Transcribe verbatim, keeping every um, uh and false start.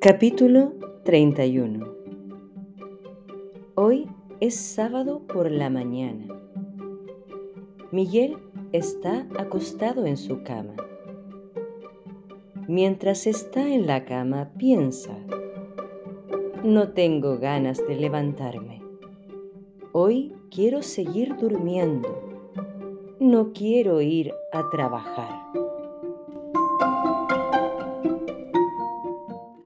Capítulo treinta y uno. Hoy es sábado por la mañana. Miguel está acostado en su cama. Mientras está en la cama, piensa: no tengo ganas de levantarme. Hoy quiero seguir durmiendo. No quiero ir a trabajar.